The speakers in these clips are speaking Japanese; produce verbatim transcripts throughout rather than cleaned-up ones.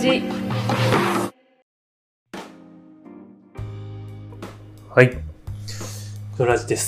ジ。 はい、クラジです。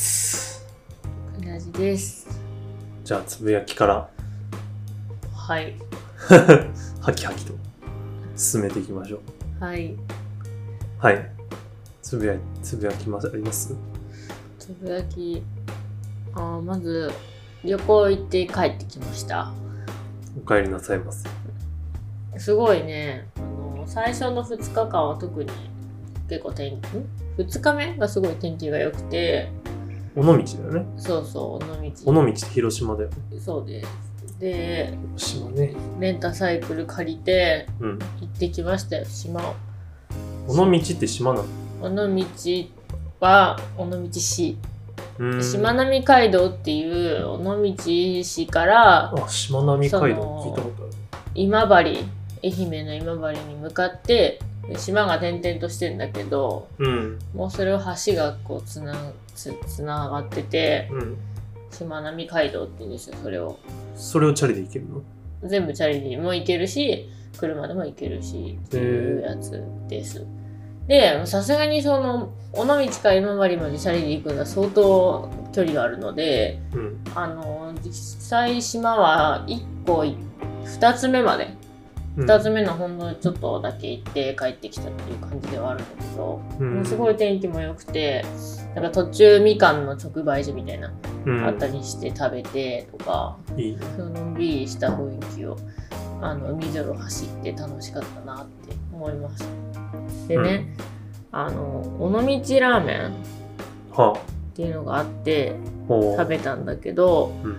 クラジです。 じゃあつぶやきからはいハキハキと進めていきましょう。 はいはいつぶやつぶやきますあります？ つぶやき、あまず旅行行って帰ってきました。 お帰りなさいます。 すごいね、あの最初のふつかかんは特に結構天気ふつかめがすごい天気が良くて、 尾道だよね。 そうそう、尾道尾道って広島だよね。 そうですで広島ね。 レンタサイクル借りてうん行ってきましたよ、島を。 尾道って島なの？ 尾道は尾道市、 うーんしまなみ海道っていう尾道市からあ、しまなみ海道聞いたことある。 今治、愛媛の今治に向かって島が点々としてんだけど、 うん、 もうそれを橋がこうつな、つ、つながってて、 うん、 しまなみ海道って言うんですよ。それをそれをチャリで行けるの？ 全部チャリでも行けるし、車でも行けるしっていうやつです。で、さすがにその尾道から今治までチャリで行くのは相当距離があるので、 うん、 あの実際島はいっこにつめまでふたつめのほんのちょっとだけ行って帰ってきたっていう感じではあるんだけど、うん、もうすごい天気も良くて、なんか途中みかんの直売所みたいな、うん、あったりして食べてとか、いいそののんびりした雰囲気をあの海沿いを走って楽しかったなって思います。でね、うん、あの尾道ラーメンっていうのがあって食べたんだけど、うん、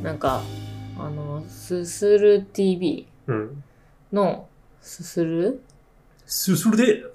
なんかあのすする ティービー、うんのすするすするです、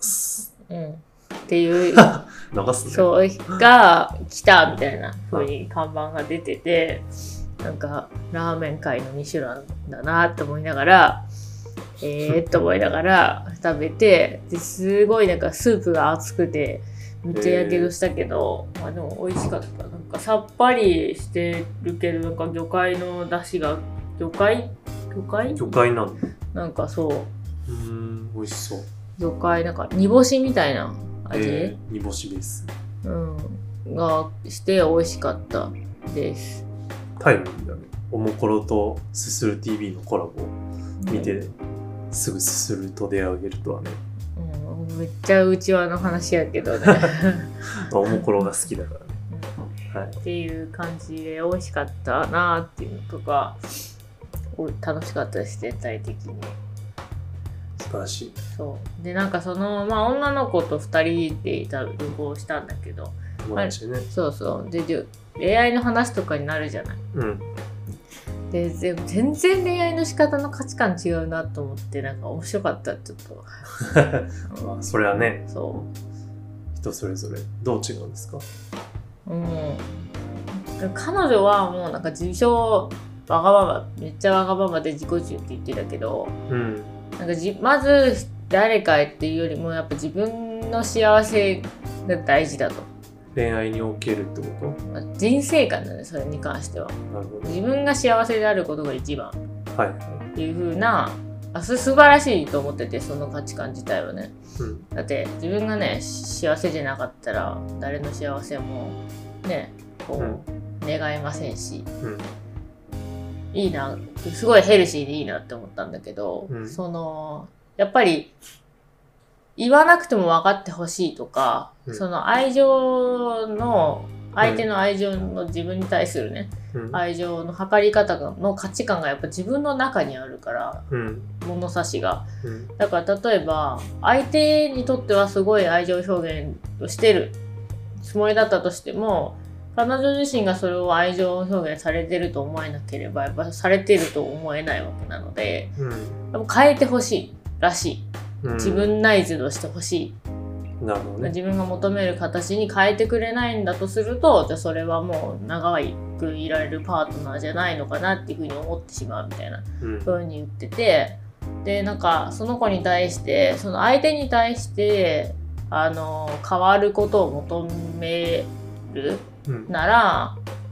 うん、っていう流すねそうが来たみたいな風に看板が出てて、なんかラーメン界のミシュランだなって思いながらえーって思いながら食べて、ですごいなんかスープが熱くてめっちゃやけどしたけど、まあでも美味しかった。なんかさっぱりしてるけど、なんか魚介の出汁が魚介魚介魚介なの？ なんかそう。うーん、美味しそう。 魚介、なんか煮干しみたいな味、 えー、煮干しです。 うん。がして美味しかったです。 タイムリーだね。おもころとすする ティービー のコラボを見て、うん、すぐすすると出会えるとはね。 うん、めっちゃうちわの話やけどね。 おもころが好きだからね。 うん、はい。っていう感じで美味しかったなっていうのとか。楽しかったです、全体的に。 素晴らしい。 そうで、なんかそのまあ女の子とふたりで旅行したんだけど、 友達ね、 そうそうで恋愛の話とかになるじゃない。うんで全然恋愛の仕方の価値観違うなと思って、なんか面白かった。ちょっとまあそれはね、 そう人それぞれどう違うんですか？ うん彼女はもうなんか自称わがまま、めっちゃわがままで自己中って言ってたけど、うん、なんかじまず誰かっていうよりもやっぱ自分の幸せが大事だと。 恋愛におけるってこと？ 人生観だね、それに関しては。なるほど。自分が幸せであることが一番、はい、っていう風な、あす素晴らしいと思ってて、その価値観自体はね、うん、だって自分がね幸せじゃなかったら誰の幸せもねこう、うん、願えませんし、うんいいな、すごいヘルシーでいいなって思ったんだけど、うん、そのやっぱり言わなくても分かってほしいとか、うん、その愛情の相手の愛情の自分に対するね、うん、愛情の測り方の価値観がやっぱ自分の中にあるから、うん、物差しが、うん、だから例えば相手にとってはすごい愛情表現をしてるつもりだったとしても、彼女自身がそれを愛情表現されてると思えなければやっぱされてると思えないわけなので、うん、やっぱ変えてほしいらしい、うん、自分内図としてほしい、なるほどね、自分が求める形に変えてくれないんだとすると、じゃあそれはもう長くいられるパートナーじゃないのかなっていうふうに思ってしまうみたいな風に言ってて、でなんかその子に対してその相手に対してあの変わることを求めるなら、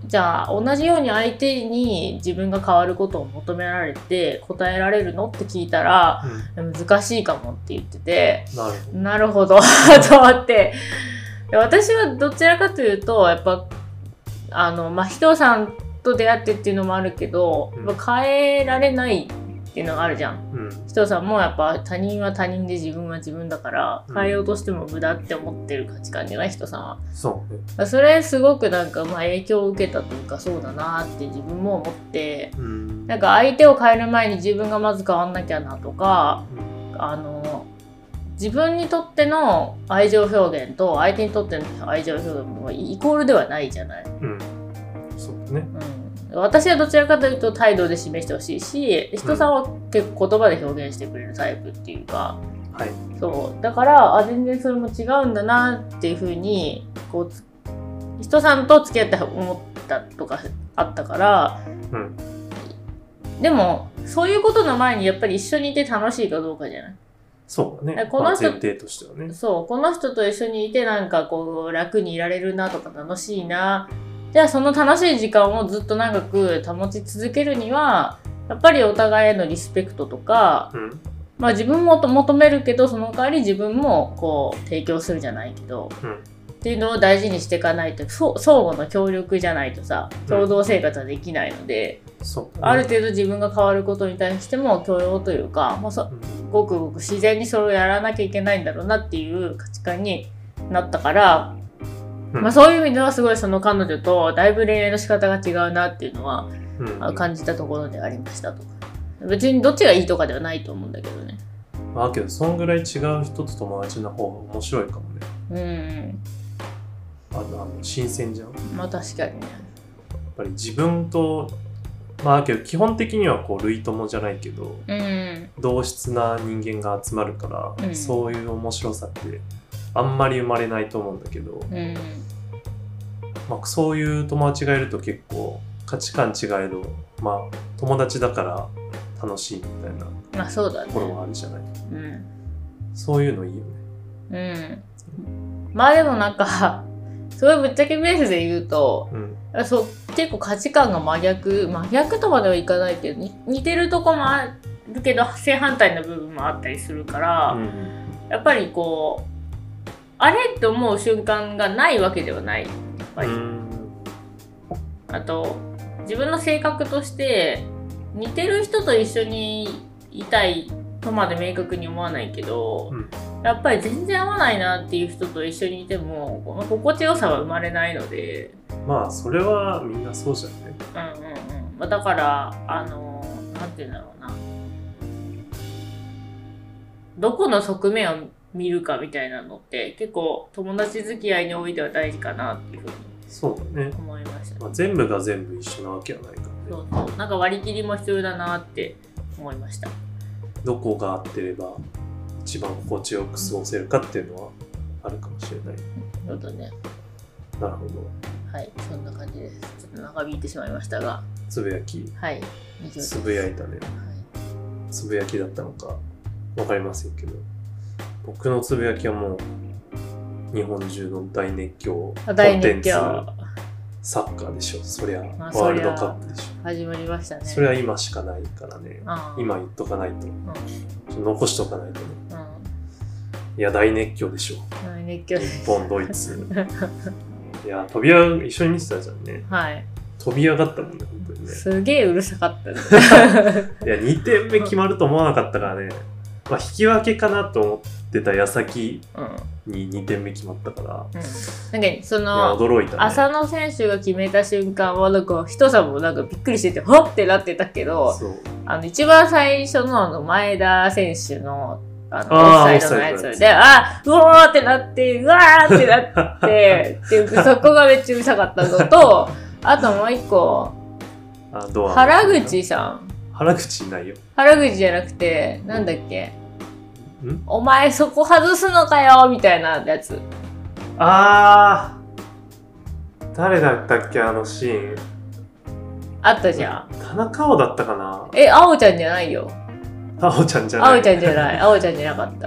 じゃあ同じように相手に自分が変わることを求められて答えられるのって聞いたら、うん、難しいかもって言ってて、なるほどと思って私はどちらかというとやっぱあのまあ人さんと出会ってっていうのもあるけど、うん、変えられないっていうのがあるじゃん、うん、人さんもやっぱ他人は他人で自分は自分だから変えようとしても無駄って思ってる価値観じゃない人さんは。 そうね。 それすごくなんかまあ影響を受けたというかそうだなって自分も思って、うん、なんか相手を変える前に自分がまず変わんなきゃなとか、うん、あの自分にとっての愛情表現と相手にとっての愛情表現もイコールではないじゃない。うん、 そうね。 うん、私はどちらかというと態度で示してほしいし、人さんは結構言葉で表現してくれるタイプっていうか、はい、そうだからあ全然それも違うんだなっていうふうにこう人さんと付き合って思ったとかあったから、うん、でもそういうことの前にやっぱり一緒にいて楽しいかどうかじゃない。 そうだね。この人、まあ、前提としてはね。 そうこの人と一緒にいてなんかこう楽にいられるなとか楽しいな。じゃあその楽しい時間をずっと長く保ち続けるにはやっぱりお互いへのリスペクトとか、うん、まあ自分も求めるけどその代わり自分もこう提供するじゃないけど、うん、っていうのを大事にしていかないと相互の協力じゃないとさ共同生活はできないので、うんそうね、ある程度自分が変わることに対しても許容というか、まあ、そごくごく自然にそれをやらなきゃいけないんだろうなっていう価値観になったから。まあ、そういう意味ではすごいその彼女とだいぶ恋愛の仕方が違うなっていうのは、うん、感じたところでありましたと。別にどっちがいいとかではないと思うんだけどね。 まあけどそんぐらい違う人と友達の方が面白いかもね。うん。あの新鮮じゃん。 まあ確かにね。やっぱり自分とまあけど基本的にはこう類友じゃないけど、うん、同質な人間が集まるから、うん、そういう面白さってあんまり生まれないと思うんだけど、うんまあ、そういう友達がいると結構価値観違えど、まあ、友達だから楽しいみたいなまあそうだね。 ところもあるじゃない、うん、そういうのいいよね。 うんまあでもなんかすごいぶっちゃけベースで言うと、うん、そう結構価値観が真逆真逆とまではいかないけど似てるとこもあるけど正反対の部分もあったりするから、うん、やっぱりこうあれって思う瞬間がないわけではない。やっぱり。あと、自分の性格として、似てる人と一緒にいたいとまで明確に思わないけど、うん、やっぱり全然合わないなっていう人と一緒にいても、この心地よさは生まれないので。 まあ、それはみんなそうじゃね。 うんうんうん。だから、あの、なんていうんだろうな。どこの側面を見るかみたいなのって結構友達付き合いにおいては大事かなっていうふうにそうだね思いました、ねまあ、全部が全部一緒なわけはないからね。 そうそうなんか割り切りも必要だなって思いました。 どこが合ってれば一番心地よく過ごせるかっていうのはあるかもしれない。 そうだね。 なるほど。 はいそんな感じです。ちょっと長引いてしまいましたがつぶやきはいつぶやいたね、はい、つぶやきだったのかわかりませんけど僕のつぶやきはもう日本中の大熱狂コンテンツサッカーでしょ。そりゃワールドカップでしょ。 始まりましたね。 それは今しかないからね。今言っとかないと、うん、ちょっと残しとかないとね、うん、いや大熱狂でしょ。 大熱狂日本ドイツいや飛び上が一緒に見てたじゃんね。はい飛び上がったもんね本当にね。 すげえうるさかったねいやにてんめ決まると思わなかったからね。まあ、引き分けかなと思ってた矢先ににてんめ決まったから、うん、 なんかその驚いた、ね、 浅野選手が決めた瞬間はなんか人さんもなんかびっくりしててほってなってたけどあの一番最初 の, あの前田選手のあのオフサイドのやつであうおーってなってうわーってなってってそこがめっちゃうるさかったのとあともう一個あドア原口さん原口いないよ。 原口じゃなくてなんだっけんお前そこ外すのかよみたいなやつ。 あー誰だったっけあのシーンあったじゃん。 田中碧だったかな。 え、あおちゃんじゃないよ。 あおちゃんじゃない。 あおちゃんじゃない。あおちゃんじゃなかった。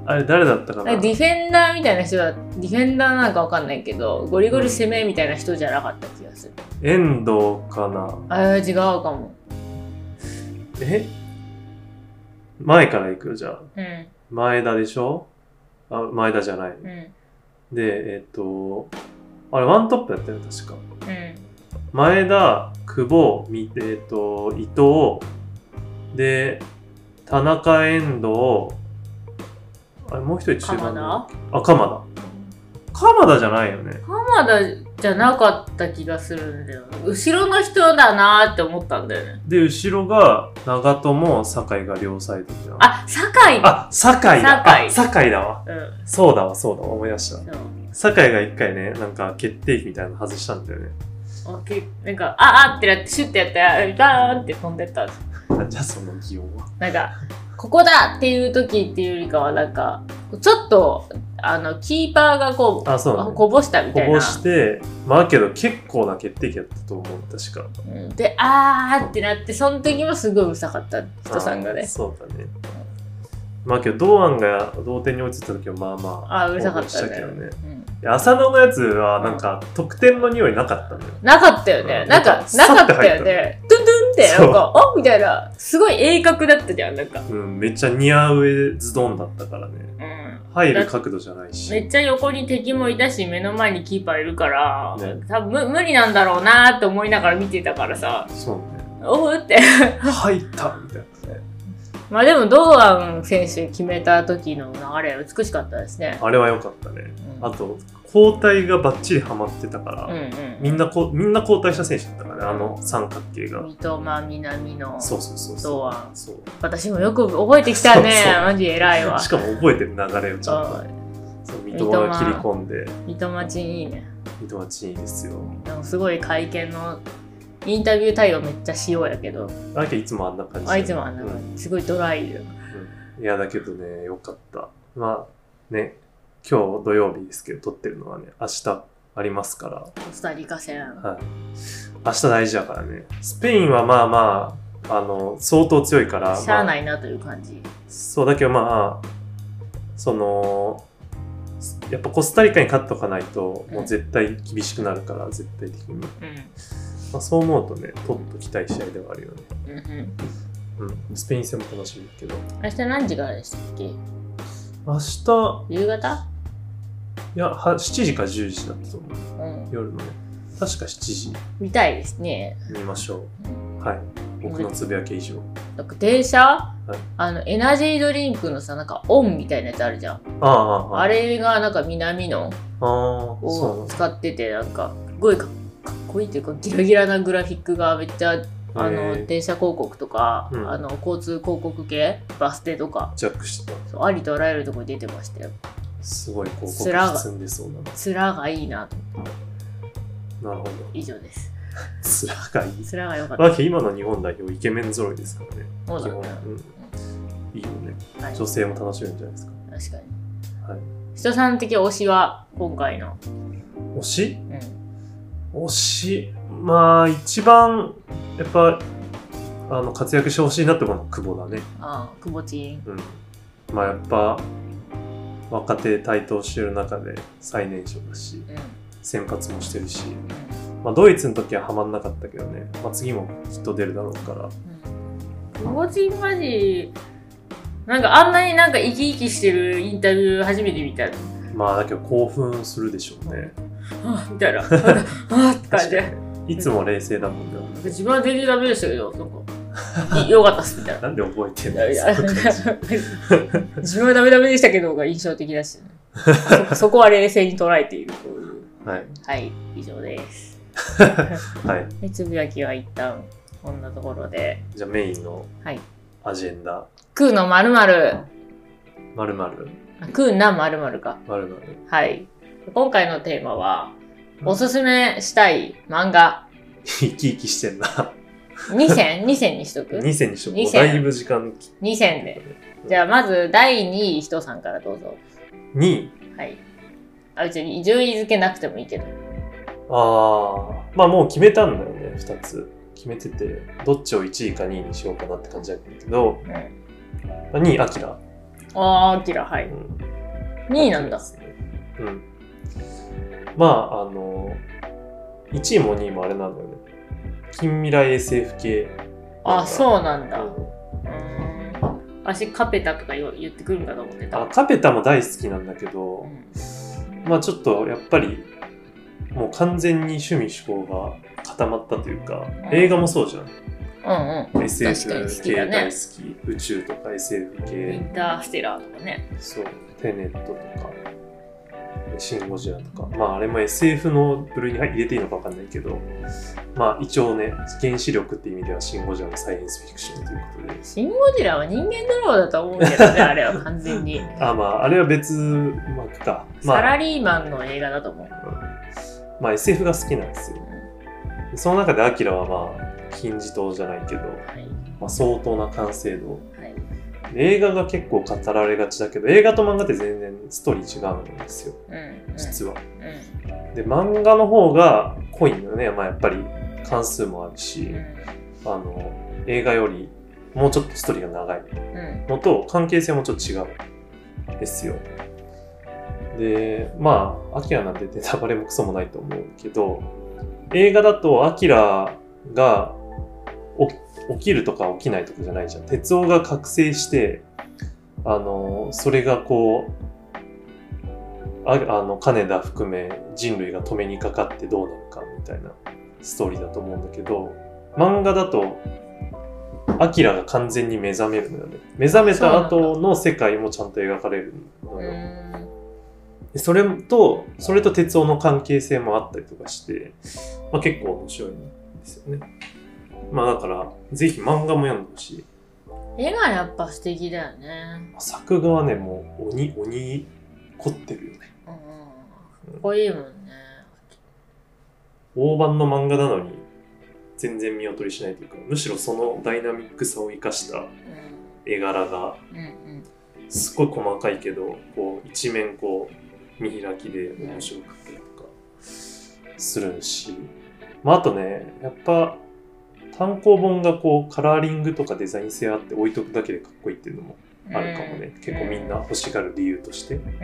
あれ誰だったかな。 ディフェンダーみたいな人だ、ディフェンダーなんかわかんないけど、ゴリゴリ攻めみたいな人じゃなかった気がする。 うん、遠藤かな。 あ、違うかも。 え前から行くよ、じゃあ。 うん。 前田でしょ。あ、前田じゃない。うん、で、えっと、あれワントップやったよ、確か。うん。前田、久保、えっと、伊藤、で、田中、遠藤、あれもう一人中盤の。あ、鎌田。鎌田じゃないよね。 鎌田じゃなかった気がするんだよ。後ろの人だなーって思ったんだよね。 で、後ろが長友、酒井が両サイドじゃん。 あ、酒井あ、酒井だ。 酒井。 酒井だわ。うん。そうだわ、そうだわ、思い出した。酒井が一回ね、なんか決定機みたいなの外したんだよね。 なんか、ああってなって、シュッてやって、ガーンって飛んでったんです。 じゃあその擬音は。 なんか、ここだっていう時っていうよりかは、なんか、ちょっと、あの、キーパーがこう、あ、そうね、こぼしたみたいな。 こぼして、まあけど結構な決定機やったと思う、確か。 うん、で、あーってなって、その時もすごいうるさかった人さんがね。 そうだね。まあけど、堂安が同点に追いついた時はまあまあ、 あうるさかったね。 けどね。うん、浅野のやつはなんか、得点の匂いなかったんだよ。 なかったよね。なんか、なかったよね。トゥントゥンって、なんか、あみたいな、すごい鋭角だったじゃん、なんか。 うん、めっちゃ似合うズドンだったからね。うん。入る角度じゃないし。 めっちゃ横に敵もいたし、目の前にキーパーいるから、ね、多分無理なんだろうなーって思いながら見てたからさ。 そうね。 おうって。 入ったみたいな。 まあでも堂安選手決めた時の流れは美しかったですね。 あれは良かったね。うん、あと交代がバッチリハマってたから、うんうん、みんなこみんな交代した選手だったからね、あの三角形が。 三笘、南野、 そうそうそうそう堂安。そう。私もよく覚えてきたね。そうそうマジ偉いわ。 しかも覚えてる流れをちゃんと。そう三笘が切り込んで。 三笘チンいいね。 三笘チンいいですよ。 でもすごい会見の。インタビュー対応めっちゃしようやけど。 あいつもあんな感じ、 ね。あいつもあんな感じ。うん、すごいドライよ、 うん。いや、だけどね、よかった。まあ、ね、今日土曜日ですけど、撮ってるのはね、明日ありますから。コスタリカ戦。 はい。明日大事だからね。スペインはまあまあ、あの、相当強いから。 しゃあないなという感じ。 まあ、そうだけどまあ、その、やっぱコスタリカに勝っとかないと、もう絶対厳しくなるから、うん、絶対的に。うんまあ、そう思うとね、トップ期待試合ではあるよね。うん、うん。スペイン戦も楽しみだけど。 明日何時からでしたっけ？ 明日。 夕方？ いや、はしちじかじゅうじだったと思う。うん、夜のね。確かしちじ。 見たいですね。 見ましょう。うん、はい。僕のつぶやき以上。 なんか電車、はい、あの、エナジードリンクのさ、なんかオンみたいなやつあるじゃん。 ああ、はい、 あれがなんか南のを使ってて、なんか、すごいかっこいい。かっこいいというかギラギラなグラフィックがめっちゃあの電車広告とか、うん、あの交通広告系バス停とかジャックしたそうありとあらゆるところに出てましたよ。 すごい広告包んでそうな面がいいなと思って。 なるほど以上です。 面がいい面が良かった。 今の日本代表イケメン揃いですからね。 そうだね、 うん、いいよね、はい、女性も楽しめるんじゃないですか。 確かに、はい、人さん的推しは今回の推し、うん、推しまあ一番やっぱあの活躍してほしいなって思うのは久保だね。 ああ久保ちん、 うん、まあやっぱ若手台頭してる中で最年少だし、うん、先発もしてるし、うん、まあドイツの時はハマんなかったけどね、まあ、次もきっと出るだろうから、うん、 久保ちんマジなんかあんなになんか生き生きしてるインタビュー初めて見た。 まあだけど興奮するでしょうね。 はぁみたいな。はぁって感じで。 いつも冷静だもんね。 自分は全然ダメでしたけど、なんか、よかったっすみたいな。 なんで覚えてんの？ 自分はダメダメでしたけどが印象的だし、ねそ、そこは冷静に捉えているという。 はい。 はい、以上です。 はい。 つぶやきは一旦こんなところで。 じゃあメインのアジェンダ。はい、 クーの〇〇。 〇〇。 クーな〇〇か。 〇〇。 はい。今回のテーマは、おすすめしたい漫画。 生き生きしてんな。 にせん ?にせんにしとく ? にせん にしとく。だいぶ時間。 にせんで。じゃあまずだいにい、人さんからどうぞ。 にいはい。あ、別に順位付けなくてもいいけど。 ああ、まあもう決めたんだよね、ふたつ。決めてて、どっちをいちいかにいにしようかなって感じだけど、うん、にい、アキラ。 ああ、アキラ、はい。うん、にいなんだ。 うん。まあ、あの、いちいもにいもあれなんだよね。近未来 エスエフ 系。 あ、そうなんだ。うん。私、カペタとか言ってくるんだと思ってた。 あ、カペタも大好きなんだけど、うん、まあちょっとやっぱり、もう完全に趣味嗜好が固まったというか、うん、映画もそうじゃん。 うんうん、 エスエフ 系大好き、ね、宇宙とか エスエフ 系。 インターステラーとかね。 そう、テネットとか、シン・ゴジラとか。まああれも エスエフ の部類に入れていいのかわかんないけど、まあ一応ね、原子力って意味ではシン・ゴジラのサイエンスフィクションということで。 シン・ゴジラは人間ドラマだと思うけどね、あれは完全に。 あ、まああれは別枠か。まあ、 サラリーマンの映画だと思う。うん、 まあ エスエフ が好きなんですよ。うん、その中でアキラはまあ、金字塔じゃないけど、はい、まあ、相当な完成度、はい、映画が結構語られがちだけど映画と漫画って全然ストーリー違うんですよ、うん、実は、うん、で漫画の方が濃いんだよね、まあ、やっぱり関数もあるし、うん、あの映画よりもうちょっとストーリーが長いのと関係性もちょっと違うんですよ。でまあアキラなんてネタバレもクソもないと思うけど、映画だとアキラが起きるとか起きないとかじゃないじゃん。鉄夫が覚醒して、あの、それがこう、ああの、金田含め人類が止めにかかってどうなるかみたいなストーリーだと思うんだけど、漫画だと、アキラが完全に目覚めるのよね。目覚めた後の世界もちゃんと描かれるのよ。それと、それと鉄夫の関係性もあったりとかして、まあ、結構面白いんですよね。まあだから、ぜひ漫画も読んでほしい。 絵がやっぱ素敵だよね。 作画はね、もう鬼、鬼凝ってるよね。うん。かっこいいもんね。 大判の漫画なのに、全然見劣りしないというか、むしろそのダイナミックさを生かした絵柄が、すごい細かいけど、こう一面こう見開きで面白かったりとかするし、まああとね、やっぱ、単行本がこうカラーリングとかデザイン性あって置いとくだけでかっこいいっていうのもあるかもね、うん、結構みんな欲しがる理由として、うんうん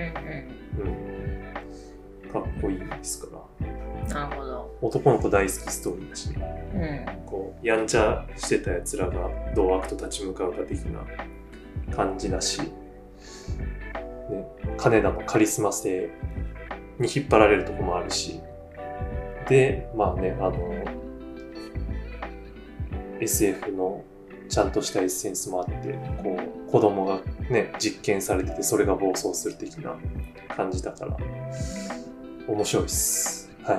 うん、かっこいいですから。なるほど。 男の子大好きストーリーだしね、うん、こうやんちゃしてたやつらがどう悪と立ち向かうか的な感じだし、ね、金田のカリスマ性に引っ張られるとこもあるし、でまあね、あのエスエフ のちゃんとしたエッセンスもあって、こう子供がね実験されててそれが暴走する的な感じだから面白いっす。はい。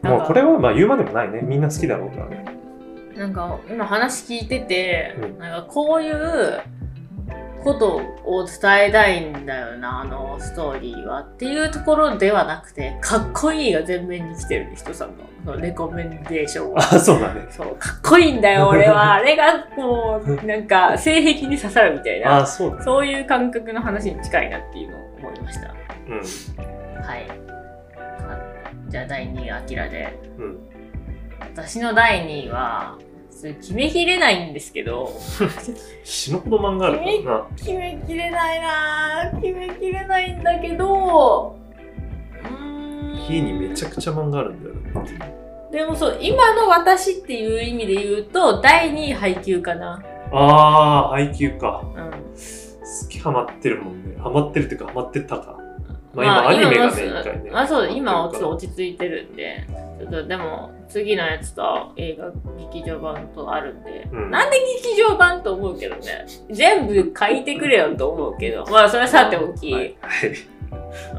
もうこれはまあ言うまでもないね。みんな好きだろうからね。 なんか今話聞いてて、うん、なんかこういうことを伝えたいんだよな、あのストーリーはっていうところではなくて、かっこいいが前面に来てる人さんのそのレコメンデーションは。 あ、そうだね。 そう、かっこいいんだよ、俺は。あれがこう、なんか性癖に刺さるみたいな、 あ、そうだね、 そういう感覚の話に近いなっていうのを思いました。 うん。 はい。じゃあだいにいがアキラで。 うん。 私のだいにいは、決めきれないんですけど死ぬほど漫画あるからな。 決めきれないなぁ。決めきれないんだけど、うーん、 家にめちゃくちゃ漫画あるんだよね。 でもそう、今の私っていう意味で言うとだいにい配給かな。 あー、配給か。 うん。 好きハマってるもんね。ハマってるっていうかハマってたか。まあ今、まあ、アニメがね、一回ね。 あ、そうだ、今はちょっと落ち着いてるんで、ちょっとでも次のやつと映画劇場版とあるんで、うん、なんで劇場版と思うけどね、全部書いてくれよと思うけど、まあそれはさておき、はい、はい、うん、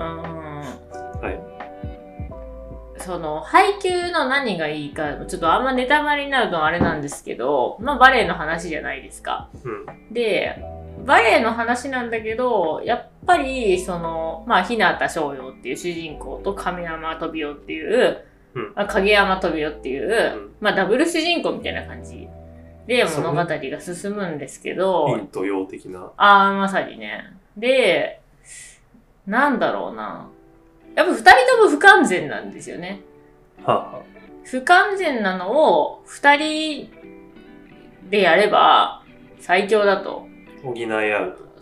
はい、 その配給の何がいいか、ちょっとあんまネタバレになるとあれなんですけど、まあバレエの話じゃないですか。 うん、 で、バレエの話なんだけど、やっぱりそのまあ日向翔陽っていう主人公と亀山飛雄っていう、うん、影山飛雄っていう、うん、まあダブル主人公みたいな感じで物語が進むんですけど、 陰と陽的な。 ああ、まさにね。で、なんだろうな。やっぱ二人とも不完全なんですよね。 はあはあ、 不完全なのを二人でやれば最強だと。 補い合うと。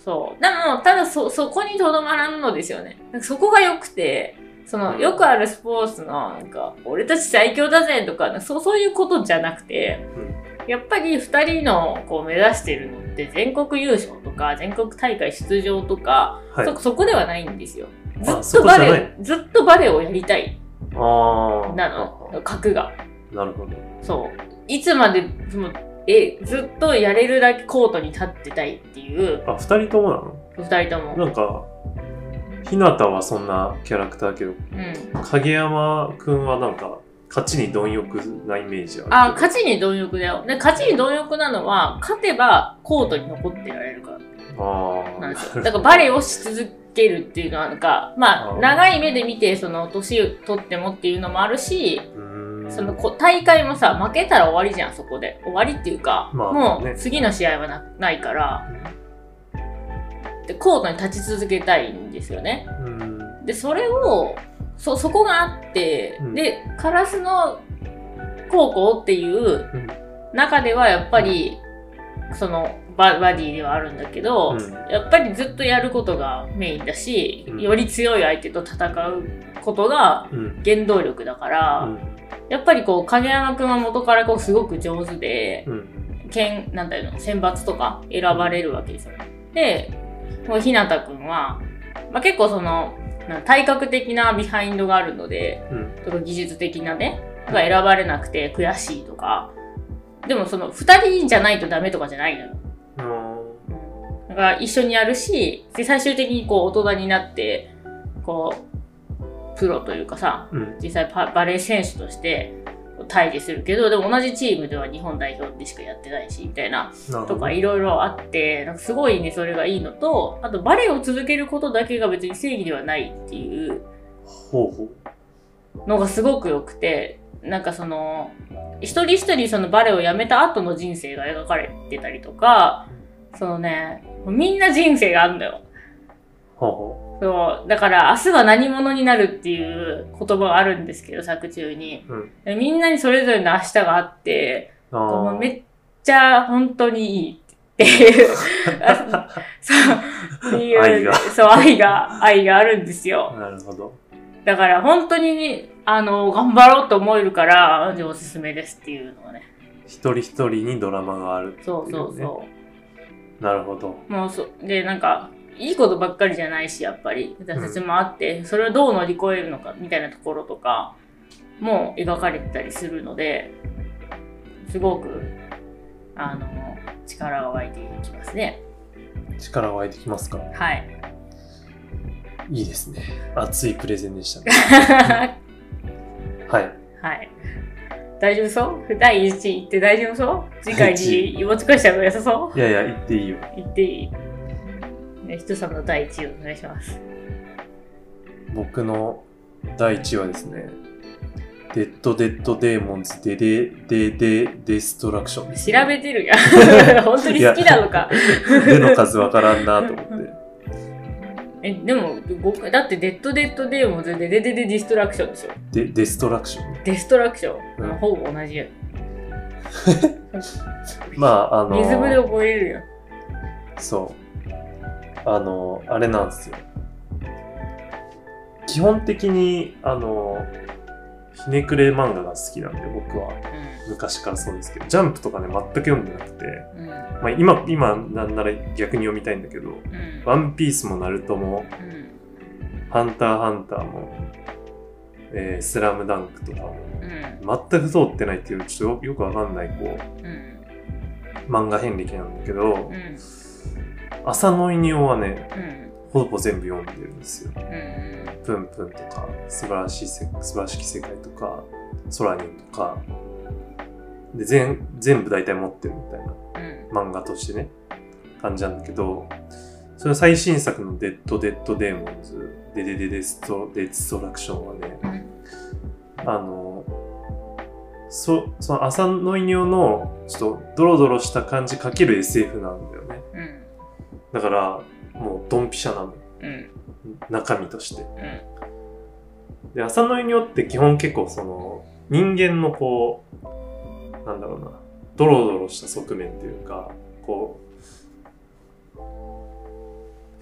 そう。でも、ただそ、そこにとどまらんのですよね。そこが良くて、その、よくあるスポーツの、なんか、俺たち最強だぜとか、そう、そういうことじゃなくて、うん、やっぱり二人の、こう、目指してるのって、全国優勝とか、全国大会出場とか、はい、そ、そこではないんですよ。ずっとバレエ、ずっとバレエをやりたい。あなの、格が。 なるほど。 そう。いつまで、その、え、ずっとやれるだけコートに立ってたいっていう。 あ、二人ともなの？ 二人とも。 なんか、ひなたはそんなキャラクターだけど、うん、影山くんはなんか、勝ちに貪欲なイメージある。 あ、勝ちに貪欲だよ。で、勝ちに貪欲なのは、勝てばコートに残ってられるから。ああ。なんですよ。だからバレエをし続けるっていうのはなんか、まあ、長い目で見て、その、年を取ってもっていうのもあるし、その大会もさ、負けたら終わりじゃん、そこで。終わりっていうか、まあね、もう次の試合は な, ないから、で、コートに立ち続けたいんですよね。で、それを、そ、そこがあって、うん、で、烏野高校っていう中ではやっぱり、うん、そのバ、バディではあるんだけど、うん、やっぱりずっとやることがメインだし、うん、より強い相手と戦うことが原動力だから、うん、やっぱりこう、影山くんは元からこうすごく上手で、うん、県、なんだよ、選抜とか選ばれるわけですよ。で、もうひなたくんは、まあ、結構その、体格的なビハインドがあるので、うん、とか技術的なね、が選ばれなくて悔しいとか、でもその二人じゃないとダメとかじゃないのよ。うん、だから一緒にやるし、で最終的にこう大人になって、こう、プロというかさ、うん、実際バレー選手として対峙するけど、でも同じチームでは日本代表でしかやってないし、みたいな、とかいろいろあって、なんかすごいね、それがいいのと、あとバレエを続けることだけが別に正義ではないっていうのがすごく良くて、なんかその、一人一人そのバレエをやめた後の人生が描かれてたりとか、そのね、みんな人生があるんだよ。ほうほうそう。だから、明日は何者になるっていう言葉があるんですけど、作中に。うん、みんなにそれぞれの明日があって、もうめっちゃ本当にいいっていう、そう、っていう、愛が。そう、愛が、愛があるんですよ。 なるほど。 だから本当にね、あの、頑張ろうと思えるから、おすすめですっていうのはね。 一人一人にドラマがあるっていう、ね。そうそうそう。なるほど。 もうそ、で、なんか、いいことばっかりじゃないし、やっぱり挫折もあって、うん、それをどう乗り越えるのかみたいなところとかも描かれてたりするので、すごくあの力が湧いてきますね。 力が湧いてきますか？ はい。 いいですね。熱いプレゼンでしたね。はい。 はい。大丈夫そう？だいいちいって大丈夫そう？次回に持ち越した方が良さそう？ いやいや、言っていいよ。 言っていい。人さんのだいいちいをお願いします。 僕のだいいちいはですね、デッド・デッド・デーモンズ・デデ・デデ・デストラクション、ね。 調べてるやん。本当に好きなのか。 デの数わからんなと思って。 え、でも、だってデッド・デッド・デーモンズ・デデ・デデ・デストラクションでしょ。 デ、デストラクション。 デストラクション。うん、ほぼ同じや。 まあ、あのー、 リズムで覚えれるやん。 そう。あの、あれなんですよ。基本的に、あの、ひねくれ漫画が好きなんで、僕は。うん、昔からそうですけど、ジャンプとかね、全く読んでなくて、うん、まあ今、今なんなら逆に読みたいんだけど、うん、ワンピースもナルトも、うん、ハンターハンターも、えー、スラムダンクとかも、うん、全く通ってないっていう、ちょっと よ, よくわかんない、こう、うん、漫画遍歴なんだけど、うん浅野稲夫はね、うん、ほぼ全部読んでるんですよ。うん、プンプンとか、素晴らしいせ、素晴らしき世界とか、ソラニンとか、で、全、全部大体持ってるみたいな、うん、漫画としてね、感じなんだけど、その最新作のデッド・デッド・デーモンズ、デデデデスト、デストラクションはね、うん、あの、そ、その浅野稲夫の、ちょっとドロドロした感じかける エスエフ なんだよね。うんだから、もうドンピシャなの。うん、中身として。うん、で、浅野稲夫って基本結構その、人間のこう、なんだろうな、ドロドロした側面っていうか、こう、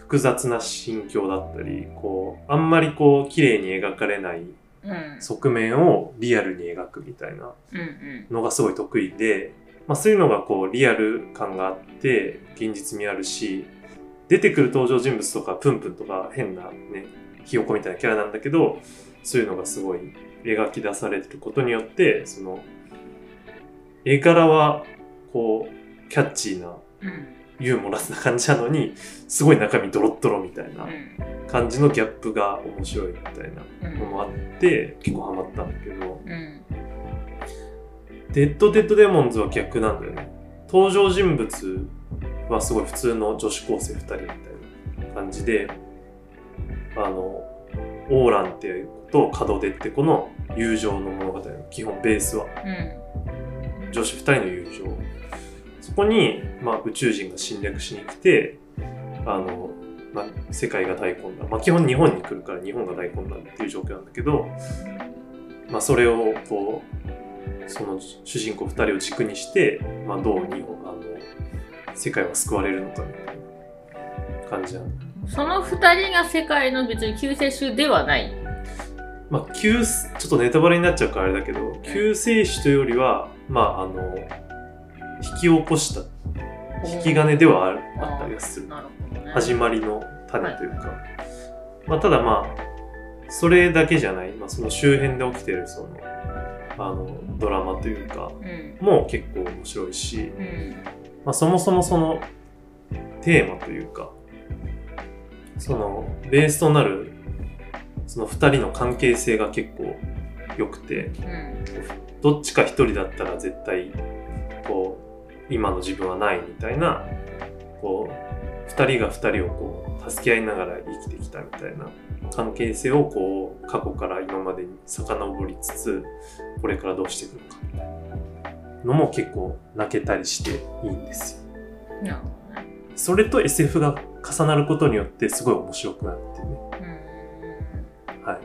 複雑な心境だったり、こうあんまりこう綺麗に描かれない側面をリアルに描くみたいなのがすごい得意で、まあ、そういうのがこうリアル感があって現実味あるし、出てくる登場人物とかプンプンとか変なねひよこみたいなキャラなんだけど、そういうのがすごい描き出されてることによって、その絵柄はこうキャッチーなユーモラスな感じなのに、すごい中身ドロッドロみたいな感じのギャップが面白いみたいなのもあって結構ハマったんだけど、うん、デッド・デッド・デモンズは逆なんだよね。登場人物はすごい普通の女子高生ふたりみたいな感じで、あのオーランっていう子と門出って子の友情の物語の基本ベースは、うん、女子ふたりの友情、そこに、まあ、宇宙人が侵略しに来て、あの、まあ、世界が大混乱、まあ、基本日本に来るから日本が大混乱っていう状況なんだけど、まあ、それをこうその主人公ふたりを軸にして、まあ、どう日本あの世界は救われるのかみたいな感じなんだ。 そのふたりが世界の別に救世主ではない。 まあ、救ちょっとネタバレになっちゃうからあれだけど、救世主というよりは、まああの引き起こした引き金では あ, あったりはする、ね、始まりの種というか、はい、まあ、ただまあそれだけじゃない、まあ、その周辺で起きてるそのあのドラマというか、うん、も結構面白いし、うん、まあ、そもそもそのテーマというか、そのベースとなるそのふたりの関係性が結構良くて、うん、どっちかひとりだったら絶対こう今の自分はないみたいな、こうふたりがふたりをこう助け合いながら生きてきたみたいな関係性をこう過去から今までに遡りつつ、これからどうしていくのかみたいなのも結構泣けたりしていいんですよ。なるほどね。それと エスエフ が重なることによってすごい面白くなってね。うん、はい。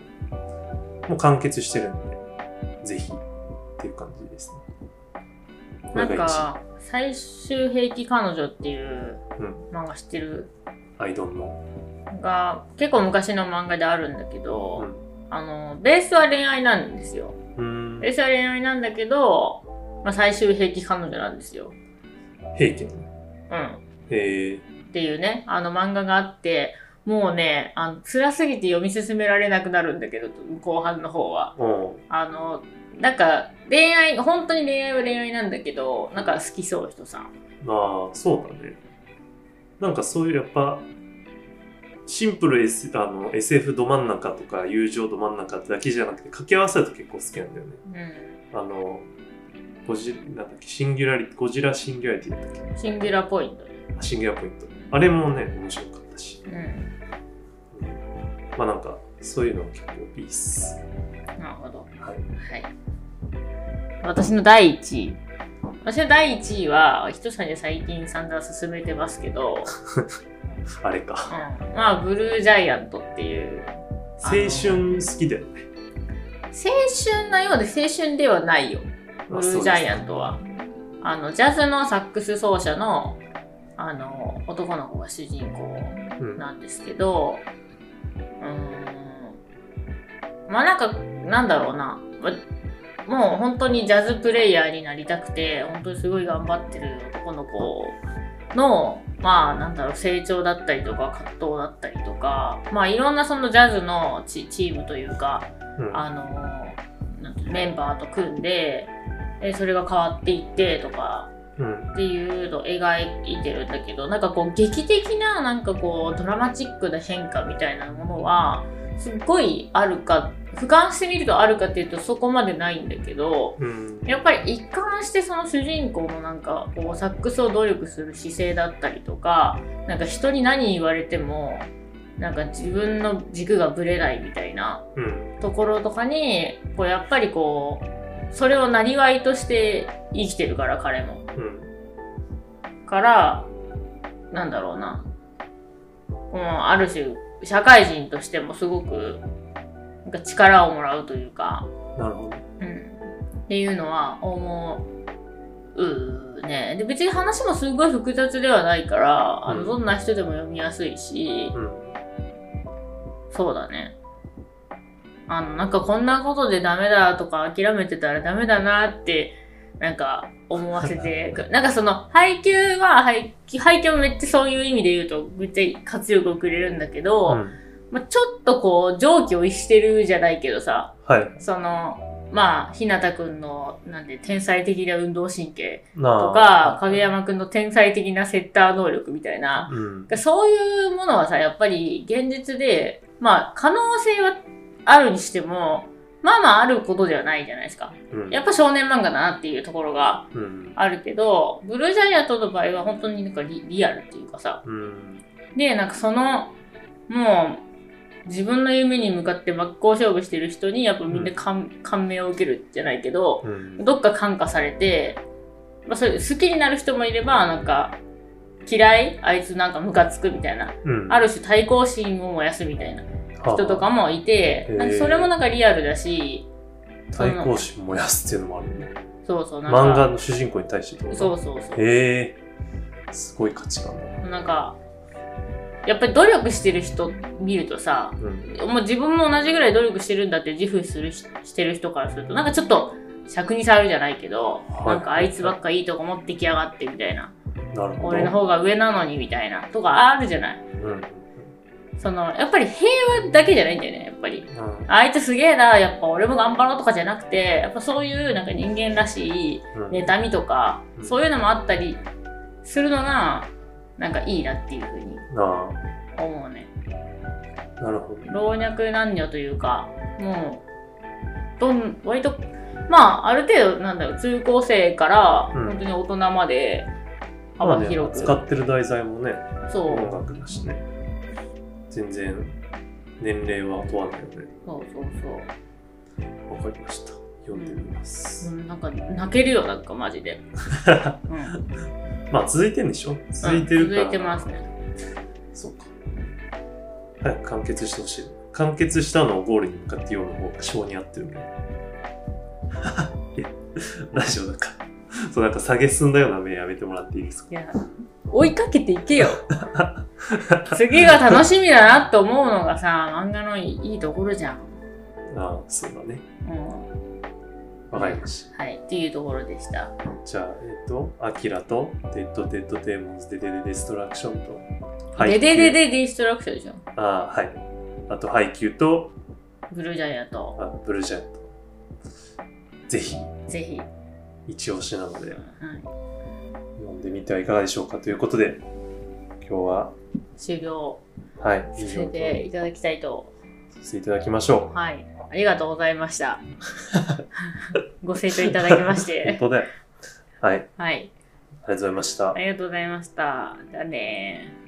もう完結してるんで、ぜひっていう感じですね。 なんか最終兵器彼女っていう漫画知ってる？ アイドルのが結構昔の漫画であるんだけど、うん、あのベースは恋愛なんですよ。ベースは恋愛なんだけど、まあ、最終兵器彼女なんですよ。 兵器の？うん。 へえ。っていうね、あの漫画があって、もうね、あの辛すぎて読み進められなくなるんだけど、後半の方は。あのなんか恋愛、本当に恋愛は恋愛なんだけど、なんか好きそう人さん。 ああ、そうだね。なんかそういうやっぱシンプル S、あの エスエフ ど真ん中とか友情ど真ん中だけじゃなくて掛け合わせると結構好きなんだよね。うん、あのゴジなんだっけシンギュラリゴジラシンギュラリティだったっけ？ シンギュラポイント。 あ、シンギュラポイント。あれもね面白かったし。うんうん、まあなんかそういうの結構いいっす。 なるほど。はい。はい。私のだいいちい。私のだいいちいは、ひとさんに最近散々進めてますけど、 あれか。 うん。まあ、ブルージャイアントっていう。 青春好きだよね。 青春なようで青春ではないよ。ブルージャイアントは。あの、ジャズのサックス奏者の、あの、男の子が主人公なんですけど、うん、うーん。まあなんか、なんだろうな。もう本当にジャズプレイヤーになりたくて、本当にすごい頑張ってる男の子の、まあなんだろう、成長だったりとか葛藤だったりとか、まあいろんなそのジャズの チ, チームというか、うん、あのなんてメンバーと組んで、でそれが変わっていってとか、うん、っていうのを描いてるんだけど、なんかこう劇的ななんかこうドラマチックな変化みたいなものはすっごいあるか、俯瞰してみるとあるかっていうとそこまでないんだけど、うん、やっぱり一貫してその主人公のなんかこうサックスを努力する姿勢だったりとか、なんか人に何言われてもなんか自分の軸がぶれないみたいなところとかに、こうやっぱりこうそれを生りとして生きてるから彼も、うん、からなんだろうな、このある種社会人としてもすごくなんか力をもらうというか、 なるほど、 うん、っていうのは思うーね。で、別に話もすごい複雑ではないから、あの、どんな人でも読みやすいし、うん、そうだね。あの、なんかこんなことでダメだとか諦めてたらダメだなって、なんか思わせて、なんかその、配給は、配給、配給もめっちゃそういう意味で言うと、めっちゃ活力をくれるんだけど、うん、まあ、ちょっとこう、常軌を逸してるじゃないけどさ、はい、その、まあ、ひなたくんの、なんで、天才的な運動神経とか、影山くんの天才的なセッター能力みたいな、うん、そういうものはさ、やっぱり現実で、まあ、可能性はあるにしても、まあまああることではないじゃないですか。うん、やっぱ少年漫画だなっていうところがあるけど、うん、ブルージャイアントの場合は本当になんか リ, リアルっていうかさ、うん、で、なんかその、もう、自分の夢に向かって真っ向勝負してる人にやっぱみんな感、うん、感銘を受けるじゃないけど、うん、どっか感化されて、まあ、それ好きになる人もいれば、なんか、嫌いあいつなんかムカつくみたいな、うん、ある種対抗心を燃やすみたいな人とかもいて、なんかそれもなんかリアルだし、 対抗心燃やすっていうのもあるね。 そうそう、なんか。 漫画の主人公に対してってそうそうそう。 へえー、すごい価値観だ。 なんか、やっぱり努力してる人見るとさ、うん、もう自分も同じぐらい努力してるんだって自負するししてる人からすると、なんかちょっと尺に触るじゃないけど、はい、なんかあいつばっかいいとこ持ってきやがってみたいな。なるほど。俺の方が上なのにみたいなとかあるじゃない。うん、その、やっぱり平和だけじゃないんだよね、やっぱり。うん、あいつすげえな、やっぱ俺も頑張ろうとかじゃなくて、やっぱそういうなんか人間らしい妬みとか、うん、そういうのもあったりするのが、なんかいいなっていうふうに思うね。 なるほど。 老若男女というか、もう、どん、割と、まあ、ある程度、なんだろう、中高生から、本当に大人まで、幅広く、 うん。使ってる題材もね、そう音楽だしね。全然、年齢は問わないよね。 そうそうそう。 わかりました。読んでみます。 うん、なんか、泣けるよ、なんか、マジで。 うんまあ続いてんでしょ続いてるから、 うん、続いてますね。 そうか。早く完結してほしい。完結したのをゴールに向かって読む方が性に合ってるね。大丈夫だか。そうなんか下げすんだような目やめてもらっていいですか。 いや、追いかけていけよ。次が楽しみだなって思うのがさ、漫画のいいところじゃん。 ああ、そうだね。うん。わかりました。 はい、っていうところでした。 じゃあ、えっと、アキラと、デッド・デッド・デーモンズ・デデデ・デストラクションと、 デデデデ・デストラクションでしょ。 ああ、はい。あと、ハイキューと、 ブルージャイアント。 あ、ブルージャイアント。ぜひ。 ぜひ。 一押しなので、はい、読んでみてはいかがでしょうかということで、今日は、 終了。 はい。 させていただきたいと。 させていただきましょう。 はい。ありがとうございました。ご清聴いただきまして。 本当だよ。はい。 はい。ありがとうございました。 ありがとうございました。じゃあねー。